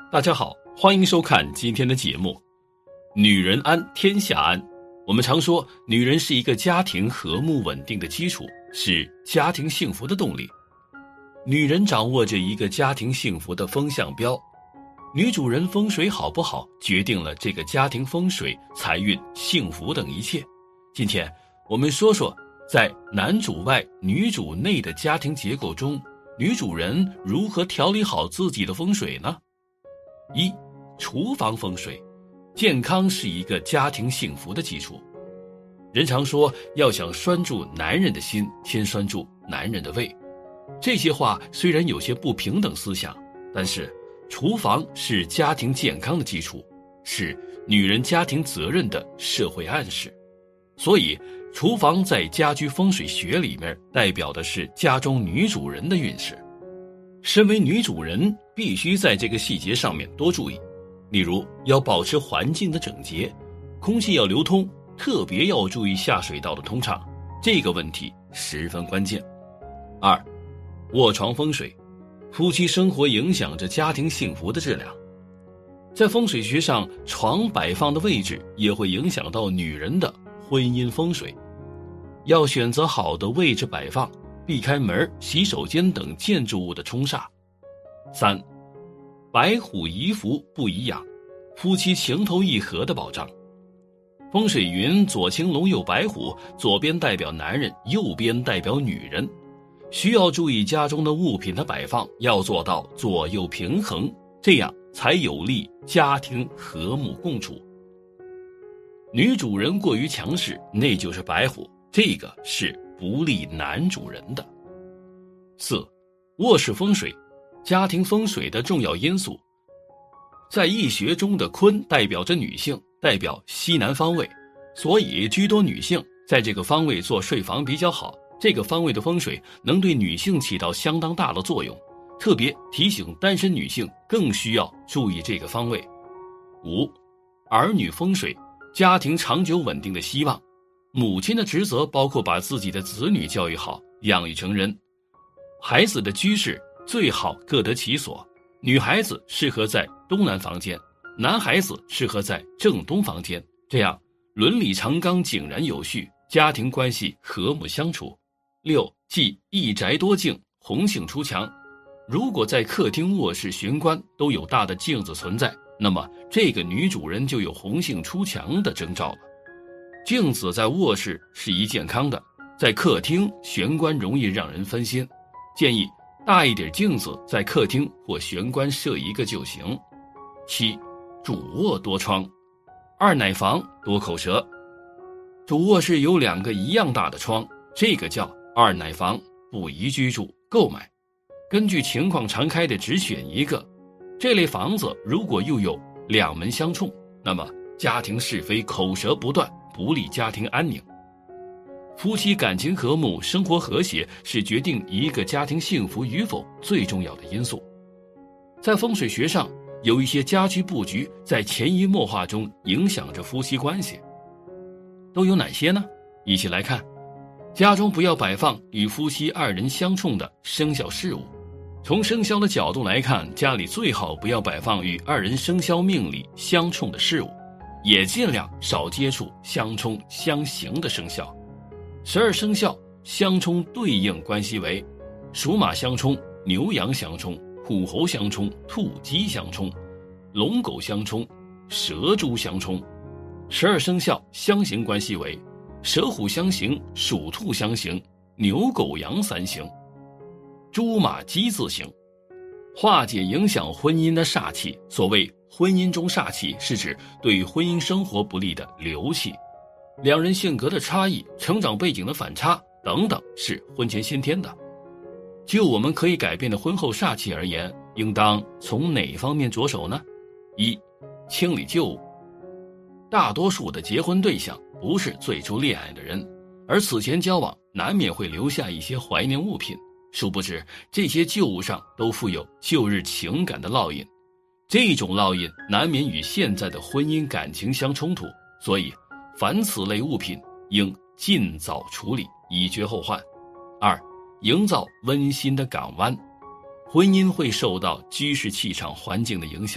大家好，欢迎收看今天的节目。女人安，天下安。我们常说，女人是一个家庭和睦稳定的基础，是家庭幸福的动力。女人掌握着一个家庭幸福的风向标，女主人风水好不好，决定了这个家庭风水、财运、幸福等一切。今天我们说说，在男主外女主内的家庭结构中，女主人如何调理好自己的风水呢？一、厨房风水。健康是一个家庭幸福的基础。人常说，要想拴住男人的心，先拴住男人的胃。这些话虽然有些不平等思想，但是厨房是家庭健康的基础，是女人家庭责任的社会暗示。所以厨房在家居风水学里面代表的是家中女主人的运势。身为女主人，必须在这个细节上面多注意，例如要保持环境的整洁，空气要流通，特别要注意下水道的通畅，这个问题十分关键。二、卧床风水。夫妻生活影响着家庭幸福的质量。在风水学上，床摆放的位置也会影响到女人的婚姻风水。要选择好的位置摆放，避开门、洗手间等建筑物的冲煞。三、白虎宜福不宜养，夫妻情投意合的保障。风水云左青龙右白虎，左边代表男人，右边代表女人，需要注意家中的物品的摆放要做到左右平衡，这样才有利家庭和睦共处。女主人过于强势，那就是白虎，这个是不利男主人的。四、卧室风水。家庭风水的重要因素。在易学中的坤代表着女性，代表西南方位，所以居多女性在这个方位做睡房比较好。这个方位的风水能对女性起到相当大的作用，特别提醒单身女性更需要注意这个方位。五、儿女风水。家庭长久稳定的希望。母亲的职责包括把自己的子女教育好，养育成人。孩子的居室最好各得其所，女孩子适合在东南房间，男孩子适合在正东房间，这样伦理常纲井然有序，家庭关系和睦相处。六、忌一宅多镜，红杏出墙。如果在客厅、卧室、玄关都有大的镜子存在，那么这个女主人就有红杏出墙的征兆了。镜子在卧室是宜健康的，在客厅、玄关容易让人分心，建议大一点镜子在客厅或玄关设一个就行。七、主卧多窗，二奶房多口舌。主卧室有2个一样大的窗，这个叫二奶房，不宜居住购买，根据情况常开的只选一个。这类房子如果又有2门相冲，那么家庭是非口舌不断，不利家庭安宁。夫妻感情和睦，生活和谐是决定一个家庭幸福与否最重要的因素。在风水学上，有一些家居布局在潜移默化中影响着夫妻关系，都有哪些呢？一起来看。家中不要摆放与夫妻2人相冲的生肖事物。从生肖的角度来看，家里最好不要摆放与2人生肖命里相冲的事物，也尽量少接触相冲相刑的生肖。12生肖相冲对应关系为：属马相冲、牛羊相冲、虎猴相冲、兔鸡相冲、龙狗相冲、蛇猪相冲。12生肖相刑关系为：蛇虎相刑、鼠兔相刑、牛狗羊3刑、猪马鸡自刑。化解影响婚姻的煞气。所谓婚姻中煞气，是指对婚姻生活不利的流气。2人性格的差异、成长背景的反差等等，是婚前先天的。就我们可以改变的婚后煞气而言，应当从哪方面着手呢？一、清理旧物。大多数的结婚对象不是最初恋爱的人，而此前交往难免会留下一些怀念物品，殊不知这些旧物上都附有旧日情感的烙印，这种烙印难免与现在的婚姻感情相冲突，所以凡此类物品应尽早处理，以绝后患。2、营造温馨的港湾。婚姻会受到居室气场环境的影响，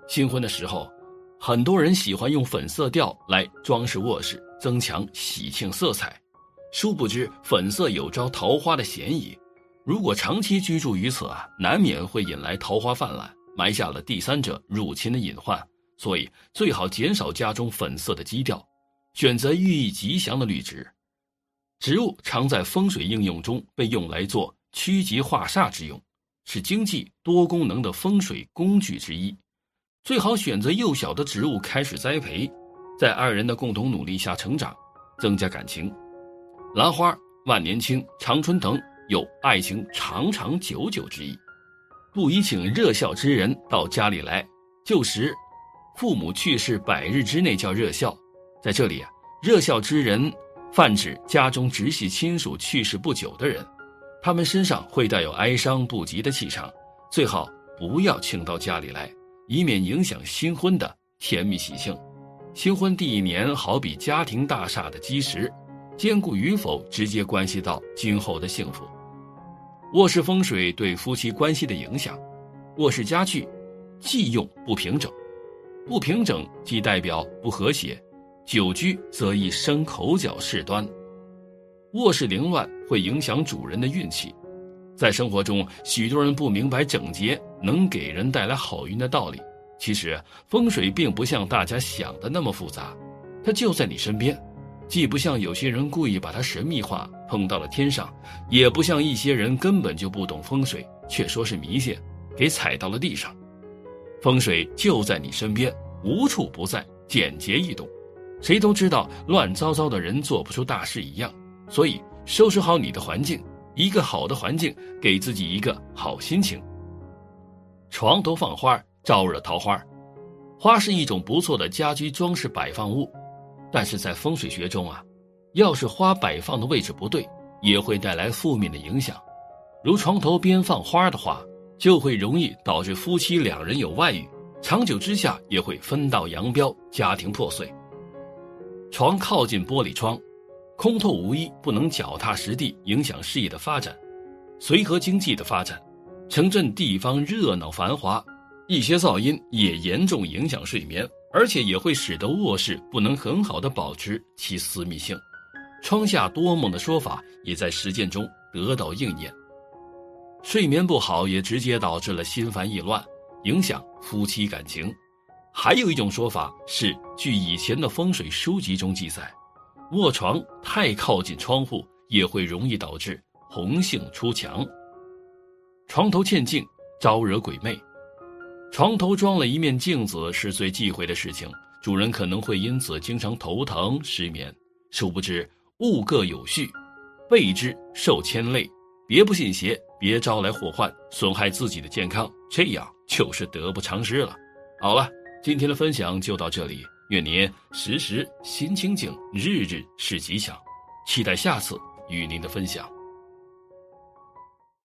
新婚的时候，很多人喜欢用粉色调来装饰卧室，增强喜庆色彩。殊不知粉色有招桃花的嫌疑，如果长期居住于此难免会引来桃花泛滥，埋下了第三者入侵的隐患。所以最好减少家中粉色的基调，选择寓意吉祥的绿植。植物常在风水应用中被用来做趋吉化煞之用，是经济多功能的风水工具之一。最好选择幼小的植物开始栽培，在二人的共同努力下成长，增加感情。兰花、万年青、常春藤有爱情长长久久之意。不宜请热孝之人到家里来。旧时父母去世100日之内叫热孝，在这里热孝之人泛指家中直系亲属去世不久的人，他们身上会带有哀伤不吉的气场，最好不要请到家里来，以免影响新婚的甜蜜喜庆。新婚第1年好比家庭大厦的基石，坚固与否直接关系到今后的幸福。卧室风水对夫妻关系的影响，卧室家具忌用不平整，不平整既代表不和谐，久居则易生口角事端。卧室凌乱会影响主人的运气。在生活中，许多人不明白整洁能给人带来好运的道理。其实风水并不像大家想的那么复杂，它就在你身边，既不像有些人故意把它神秘化碰到了天上，也不像一些人根本就不懂风水却说是迷信给踩到了地上。风水就在你身边，无处不在，简洁易懂。谁都知道乱糟糟的人做不出大事一样，所以收拾好你的环境，一个好的环境给自己一个好心情。床头放花招惹桃花。花是一种不错的家居装饰摆放物，但是在风水学中要是花摆放的位置不对，也会带来负面的影响。如床头边放花的话，就会容易导致夫妻2人有外遇，长久之下也会分道扬镳，家庭破碎。床靠近玻璃窗，空透无依，不能脚踏实地，影响事业的发展，随和经济的发展。城镇地方热闹繁华，一些噪音也严重影响睡眠，而且也会使得卧室不能很好的保持其私密性。窗下多梦的说法也在实践中得到应验。睡眠不好也直接导致了心烦意乱，影响夫妻感情。还有一种说法是，据以前的风水书籍中记载，卧床太靠近窗户也会容易导致红杏出墙。床头嵌镜招惹鬼魅。床头装了一面镜子是最忌讳的事情，主人可能会因此经常头疼失眠。殊不知物各有序，备之受牵累，别不信邪，别招来祸患，损害自己的健康，这样就是得不偿失了。好了，今天的分享就到这里，愿您时时心清静，日日是吉祥。期待下次与您的分享。